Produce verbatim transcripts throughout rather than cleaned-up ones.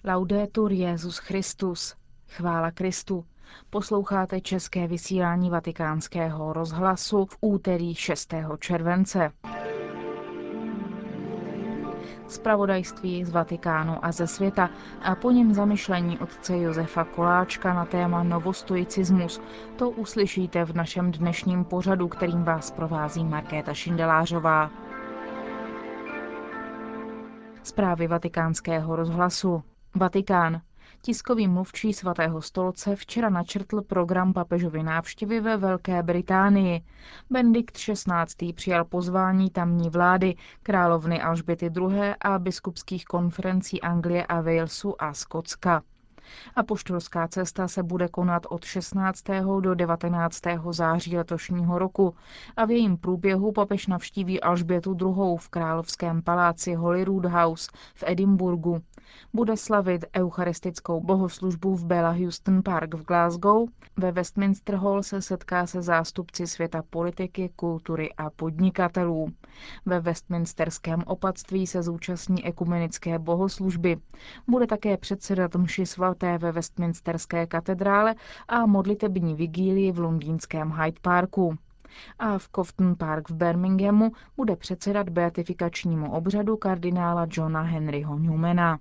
Laudetur Jesus Christus. Chvála Kristu. Posloucháte české vysílání Vatikánského rozhlasu v úterý šestého července. Zpravodajství z Vatikánu a ze světa a po něm zamyšlení otce Josefa Koláčka na téma novostoicismus. To uslyšíte v našem dnešním pořadu, kterým vás provází Markéta Šindelářová. Zprávy Vatikánského rozhlasu. Vatikán. Tiskový mluvčí Svatého stolce včera načrtl program papežovy návštěvy ve Velké Británii. Benedikt šestnáctý přijal pozvání tamní vlády, královny Alžběty druhé. a biskupských konferencí Anglie a Walesu a Skotska. Apoštolská cesta se bude konat od šestnáctého do devatenáctého září letošního roku a v jejím průběhu papež navštíví Alžbětu druhou. v královském paláci Holyrood House v Edinburgu. Bude slavit eucharistickou bohoslužbu v Bella Houston Park v Glasgow. Ve Westminster Hall se setká se zástupci světa politiky, kultury a podnikatelů. Ve Westminsterském opatství se zúčastní ekumenické bohoslužby. Bude také předsedat mši svaté ve Westminsterské katedrále a modlitební vigílii v londýnském Hyde Parku. A v Cofton Park v Birminghamu bude předsedat beatifikačnímu obřadu kardinála Johna Henryho Newmana.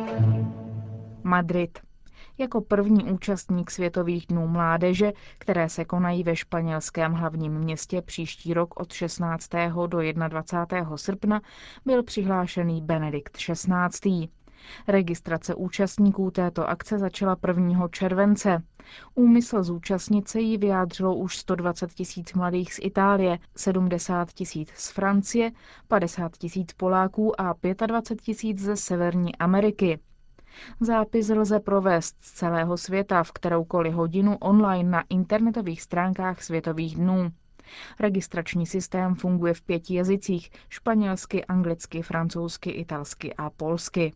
Madrid. Jako první účastník Světových dnů mládeže, které se konají ve španělském hlavním městě příští rok od šestnáctého do dvacátého prvního srpna, byl přihlášený Benedikt šestnáctý. Registrace účastníků této akce začala prvního července. Úmysl zúčastnit se jí vyjádřilo už sto dvacet tisíc mladých z Itálie, sedmdesát tisíc z Francie, padesát tisíc Poláků a dvacet pět tisíc ze Severní Ameriky. Zápis lze provést z celého světa v kteroukoliv hodinu online na internetových stránkách Světových dnů. Registrační systém funguje v pěti jazycích: španělsky, anglicky, francouzsky, italsky a polsky.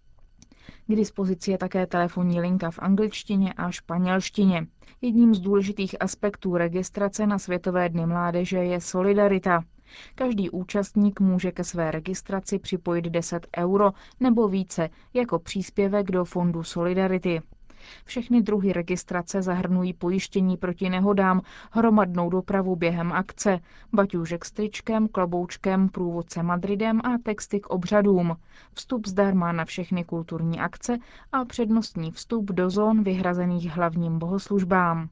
K dispozici je také telefonní linka v angličtině a španělštině. Jedním z důležitých aspektů registrace na Světové dny mládeže je solidarita. Každý účastník může ke své registraci připojit deset euro nebo více jako příspěvek do fondu Solidarity. Všechny druhy registrace zahrnují pojištění proti nehodám, hromadnou dopravu během akce, baťůžek s tričkem, kloboučkem, průvodce Madridem a texty k obřadům, vstup zdarma na všechny kulturní akce a přednostní vstup do zón vyhrazených hlavním bohoslužbám.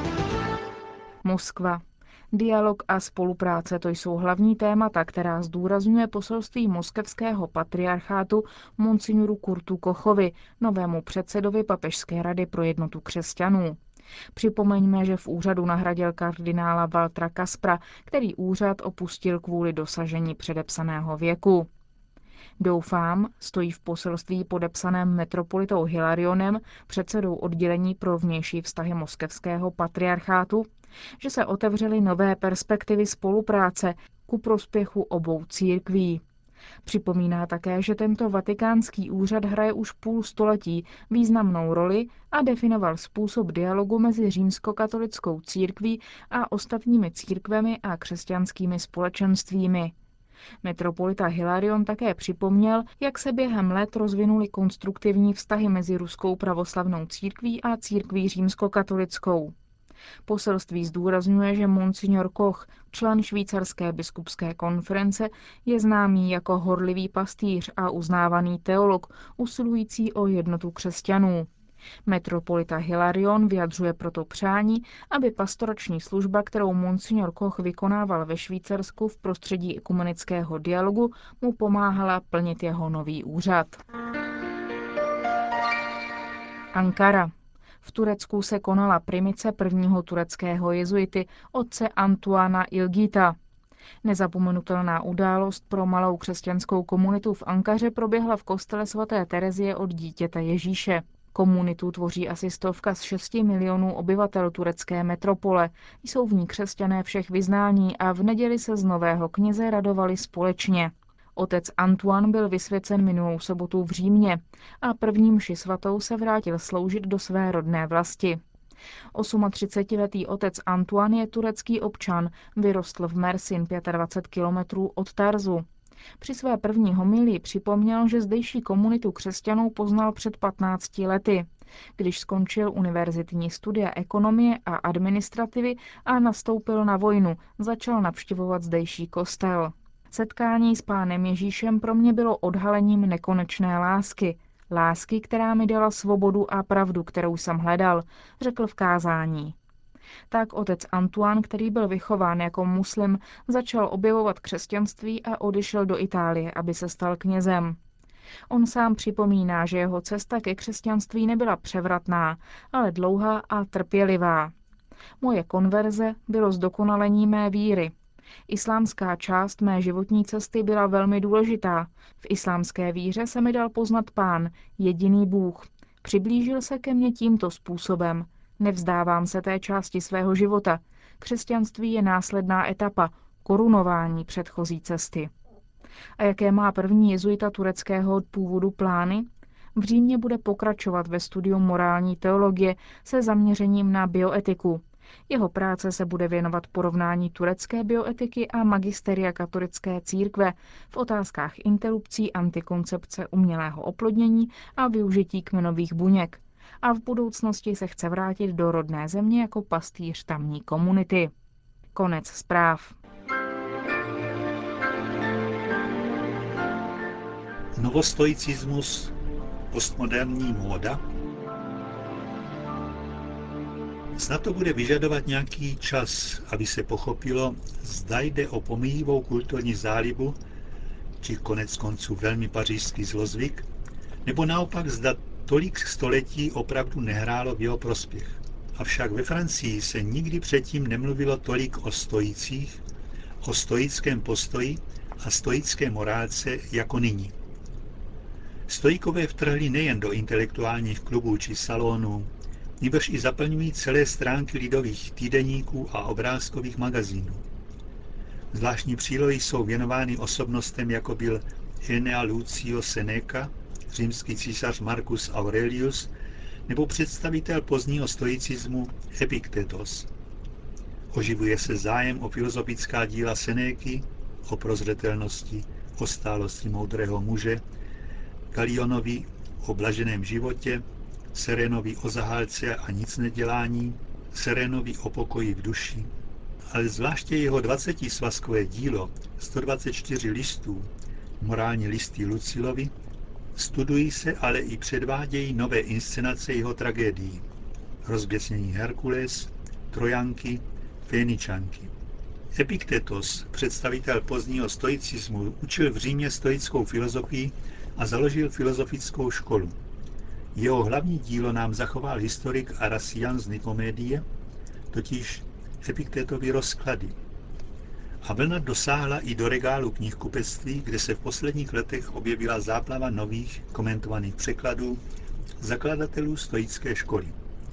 Moskva. Dialog a spolupráce, to jsou hlavní témata, která zdůrazňuje poselství moskevského patriarchátu monsignoru Kurtu Kochovi, novému předsedovi Papežské rady pro jednotu křesťanů. Připomeňme, že v úřadu nahradil kardinála Valtra Kaspra, který úřad opustil kvůli dosažení předepsaného věku. Doufám, stojí v poselství podepsaném metropolitou Hilarionem, předsedou oddělení pro vnější vztahy moskevského patriarchátu, že se otevřely nové perspektivy spolupráce ku prospěchu obou církví. Připomíná také, že tento vatikánský úřad hraje už půl století významnou roli a definoval způsob dialogu mezi římskokatolickou církví a ostatními církvemi a křesťanskými společenstvími. Metropolita Hilarion také připomněl, jak se během let rozvinuly konstruktivní vztahy mezi ruskou pravoslavnou církví a církví římskokatolickou. Poselství zdůrazňuje, že monsignor Koch, člen švýcarské biskupské konference, je známý jako horlivý pastýř a uznávaný teolog, usilující o jednotu křesťanů. Metropolita Hilarion vyjadřuje proto přání, aby pastorační služba, kterou monsignor Koch vykonával ve Švýcarsku v prostředí ekumenického dialogu, mu pomáhala plnit jeho nový úřad. Ankara. V Turecku se konala primice prvního tureckého jezuity, otce Antuana Ilgita. Nezapomenutelná událost pro malou křesťanskou komunitu v Ankaře proběhla v kostele svaté Terezie od dítěte Ježíše. Komunitu tvoří asi stovka z šesti milionů obyvatel turecké metropole. Jsou v ní křesťané všech vyznání a v neděli se z nového kněze radovali společně. Otec Antoine byl vysvěcen minulou sobotu v Římě a první mši svatou se vrátil sloužit do své rodné vlasti. třicetiosmiletý otec Antoine je turecký občan, vyrostl v Mersin dvacet pět kilometrů od Tarzu. Při své první homilii připomněl, že zdejší komunitu křesťanů poznal před patnácti lety, když skončil univerzitní studia ekonomie a administrativy a nastoupil na vojnu, začal navštěvovat zdejší kostel. Setkání s Pánem Ježíšem pro mě bylo odhalením nekonečné lásky. Lásky, která mi dala svobodu a pravdu, kterou jsem hledal, řekl v kázání. Tak otec Antoine, který byl vychován jako muslim, začal objevovat křesťanství a odešel do Itálie, aby se stal knězem. On sám připomíná, že jeho cesta ke křesťanství nebyla převratná, ale dlouhá a trpělivá. Moje konverze bylo zdokonalení mé víry. Islámská část mé životní cesty byla velmi důležitá. V islámské víře se mi dal poznat Pán, jediný Bůh. Přiblížil se ke mně tímto způsobem. Nevzdávám se té části svého života. Křesťanství je následná etapa, korunování předchozí cesty. A jaké má první jezuita tureckého původu plány? V Římě bude pokračovat ve studiu morální teologie se zaměřením na bioetiku. Jeho práce se bude věnovat porovnání turecké bioetiky a magisteria katolické církve v otázkách interrupcí, antikoncepce, umělého oplodnění a využití kmenových buněk. A v budoucnosti se chce vrátit do rodné země jako pastýř tamní komunity. Konec zpráv. Novostoicismus, postmoderní móda. Snad to bude vyžadovat nějaký čas, aby se pochopilo, zda jde o pomíjivou kulturní zálibu, či konec konců velmi pařížský zlozvyk, nebo naopak zda tolik století opravdu nehrálo v jeho prospěch. Avšak ve Francii se nikdy předtím nemluvilo tolik o stoicích, o stoickém postoji a stoické morálce jako nyní. Stoikové vtrhli nejen do intelektuálních klubů či salonů, nýbrž i zaplňují celé stránky lidových týdeníků a obrázkových magazínů. Zvláštní přílohy jsou věnovány osobnostem, jako byl Enea Lucio Seneca, římský císař Marcus Aurelius, nebo představitel pozdního stoicismu Epiktetos. Oživuje se zájem o filozofická díla Senéky, o prozřetelnosti, o stálosti moudrého muže, Galionovi o blaženém životě, Serenovi o zahálce a nic nedělání, Serenovi o pokoji v duši, ale zvláště jeho dvacetisvazkové dílo, sto dvacet čtyři listů, morální listy Lucilovi, studují se, ale i předvádějí nové inscenace jeho tragédií. Rozběsnění Herkules, Trojanky, Féničanky. Epiktetos, představitel pozdního stoicismu, učil v Římě stoickou filozofii a založil filozofickou školu. Jeho hlavní dílo nám zachoval historik Arasian z Nikomédie, totiž Epiktetovy rozklady. A vlna dosáhla i do regálu knihkupectví, kde se v posledních letech objevila záplava nových komentovaných překladů zakladatelů stoické školy.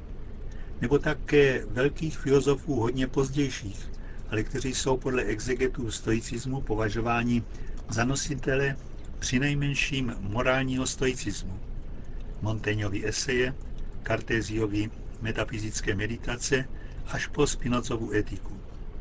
Nebo také velkých filozofů hodně pozdějších, ale kteří jsou podle exegetů stoicismu považováni za nositele přinejmenším morálního stoicismu. Montaignovy eseje, Cartésiovy metafyzické meditace až po Spinozovu etiku.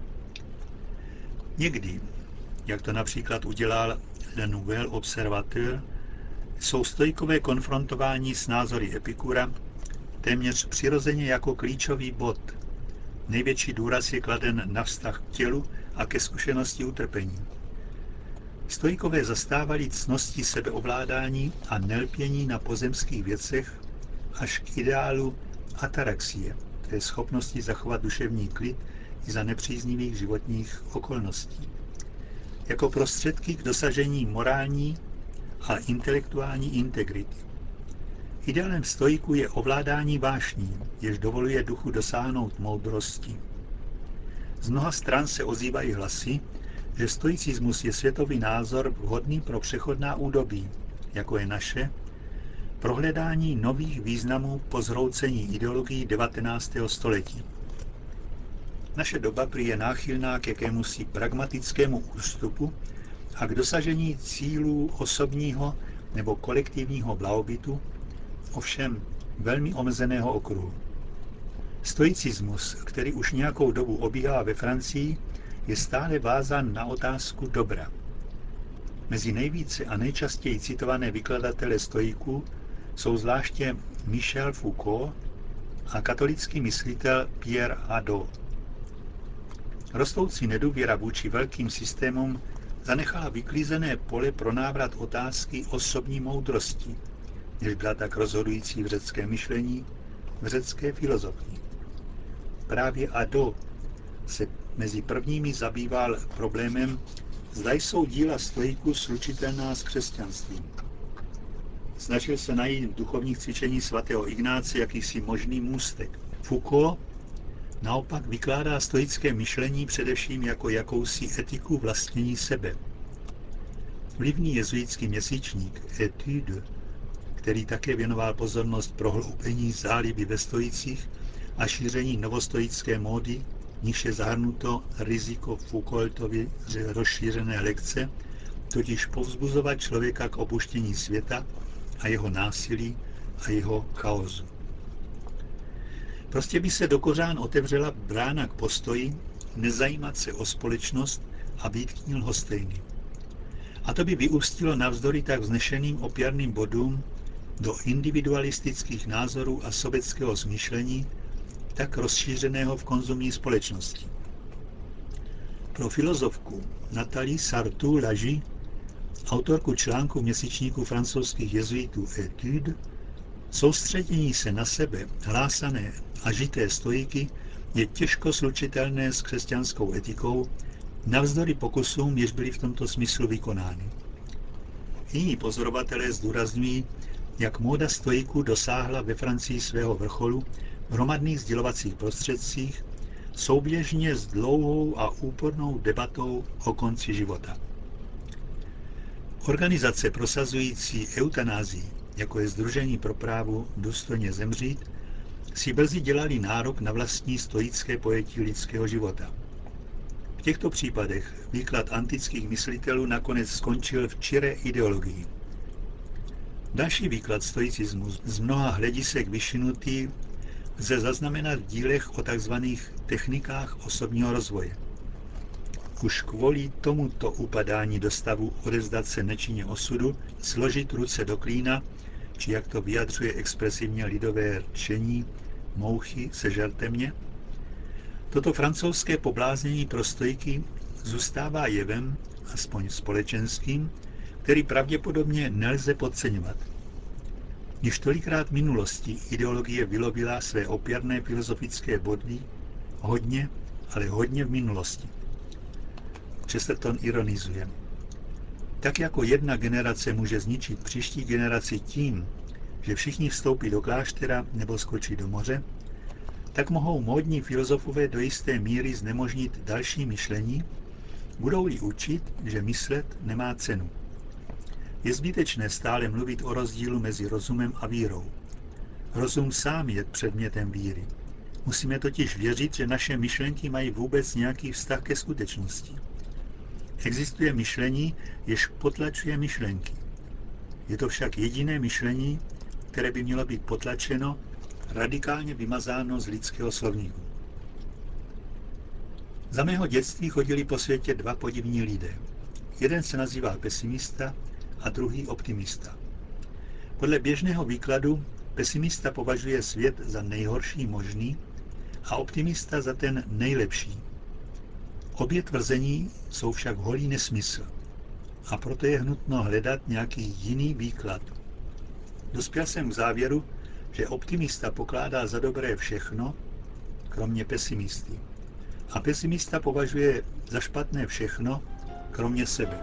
Někdy, jak to například udělal Le Nouvel Observateur, jsou stoikové konfrontováni s názory Epikura téměř přirozeně jako klíčový bod. Největší důraz je kladen na vztah k tělu a ke zkušenosti utrpení. Stoikové zastávali ctnosti sebeovládání a nelpění na pozemských věcech až k ideálu ataraxie, té schopnosti zachovat duševní klid i za nepříznivých životních okolností. Jako prostředky k dosažení morální a intelektuální integrity. Ideálem stoiků je ovládání vášní, jež dovoluje duchu dosáhnout moudrosti. Z mnoha stran se ozývají hlasy, že stoicismus je světový názor vhodný pro přechodná údobí, jako je naše, pro hledání nových významů po zhroucení ideologií devatenáctého století. Naše doba prý je náchylná k jakémusi pragmatickému ústupu a k dosažení cílů osobního nebo kolektivního blahobytu, ovšem velmi omezeného okruhu. Stoicismus, který už nějakou dobu obíhá ve Francii, je stále vázán na otázku dobra. Mezi nejvíce a nejčastěji citované vykladatele stoiků jsou zvláště Michel Foucault a katolický myslitel Pierre Hadot. Rostoucí nedůvěra vůči velkým systémům zanechala vyklízené pole pro návrat otázky osobní moudrosti, než byla tak rozhodující v řeckém myšlení, v řecké filozofii. Právě Hadot se mezi prvními zabýval problémem, zda jsou díla stoiků slučitelná s křesťanstvím. Snažil se najít v duchovních cvičení svatého Ignáce jakýsi možný můstek. Foucault naopak vykládá stoické myšlení především jako jakousi etiku vlastnění sebe. Vlivný jezuitský měsíčník Etude, který také věnoval pozornost prohloubení záliby ve stojicích a šíření novostoické módy, níž je zahrnuto riziko Foucaultovy rozšířené lekce, totiž povzbuzovat člověka k opuštění světa a jeho násilí a jeho chaosu. Prostě by se do kořán otevřela brána k postoji, nezajímat se o společnost a být k ní lhostejný. A to by vyústilo navzdory tak vznešeným opěrným bodům do individualistických názorů a sobeckého smýšlení, tak rozšířeného v konzumní společnosti. Pro filozofku Nathalie Sarthe-Lagy, autorku článku v měsíčníku francouzských jezuitů Etude, soustředění se na sebe, hlásané a žité stoiky je těžko slučitelné s křesťanskou etikou, navzdory pokusům, jež byly v tomto smyslu vykonány. Jiní pozorovatelé zdůrazňují, jak móda stoiků dosáhla ve Francii svého vrcholu v hromadných sdělovacích prostředcích souběžně s dlouhou a úpornou debatou o konci života. Organizace prosazující eutanázii, jako je Sdružení pro právo důstojně zemřít, si brzy dělali nárok na vlastní stoické pojetí lidského života. V těchto případech výklad antických myslitelů nakonec skončil v čiré ideologii. Další výklad stoicismu z mnoha hledisek vyšinutý lze zaznamenat v dílech o tzv. Technikách osobního rozvoje. Už kvůli tomuto upadání do stavu odevzdat se nečinně osudu, složit ruce do klína, či jak to vyjadřuje expresivně lidové rčení, mouchy sežerte mě, toto francouzské pobláznění pro stoiky zůstává jevem, aspoň společenským, který pravděpodobně nelze podceňovat. Již tolikrát v minulosti ideologie vylovila své opěrné filozofické body hodně, ale hodně v minulosti. Chesterton ironizuje. Tak jako jedna generace může zničit příští generaci tím, že všichni vstoupí do kláštera nebo skočí do moře, tak mohou módní filozofové do jisté míry znemožnit další myšlení, budou-li učit, že myslet nemá cenu. Je zbytečné stále mluvit o rozdílu mezi rozumem a vírou. Rozum sám je předmětem víry. Musíme totiž věřit, že naše myšlenky mají vůbec nějaký vztah ke skutečnosti. Existuje myšlení, jež potlačuje myšlenky. Je to však jediné myšlení, které by mělo být potlačeno, radikálně vymazáno z lidského slovníku. Za mého dětství chodili po světě dva podivní lidé. Jeden se nazýval pesimista a druhý optimista. Podle běžného výkladu pesimista považuje svět za nejhorší možný a optimista za ten nejlepší. Obě tvrzení jsou však holý nesmysl a proto je nutno hledat nějaký jiný výklad. Dospěl jsem k závěru, že optimista pokládá za dobré všechno, kromě pesimisty. A pesimista považuje za špatné všechno, kromě sebe.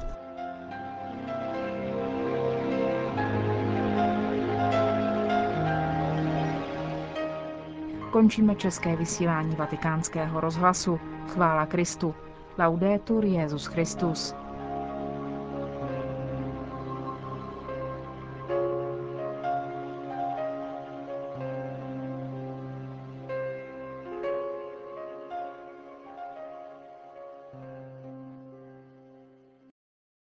Končíme české vysílání Vatikánského rozhlasu. Chvála Kristu. Laudetur Jesus Christus.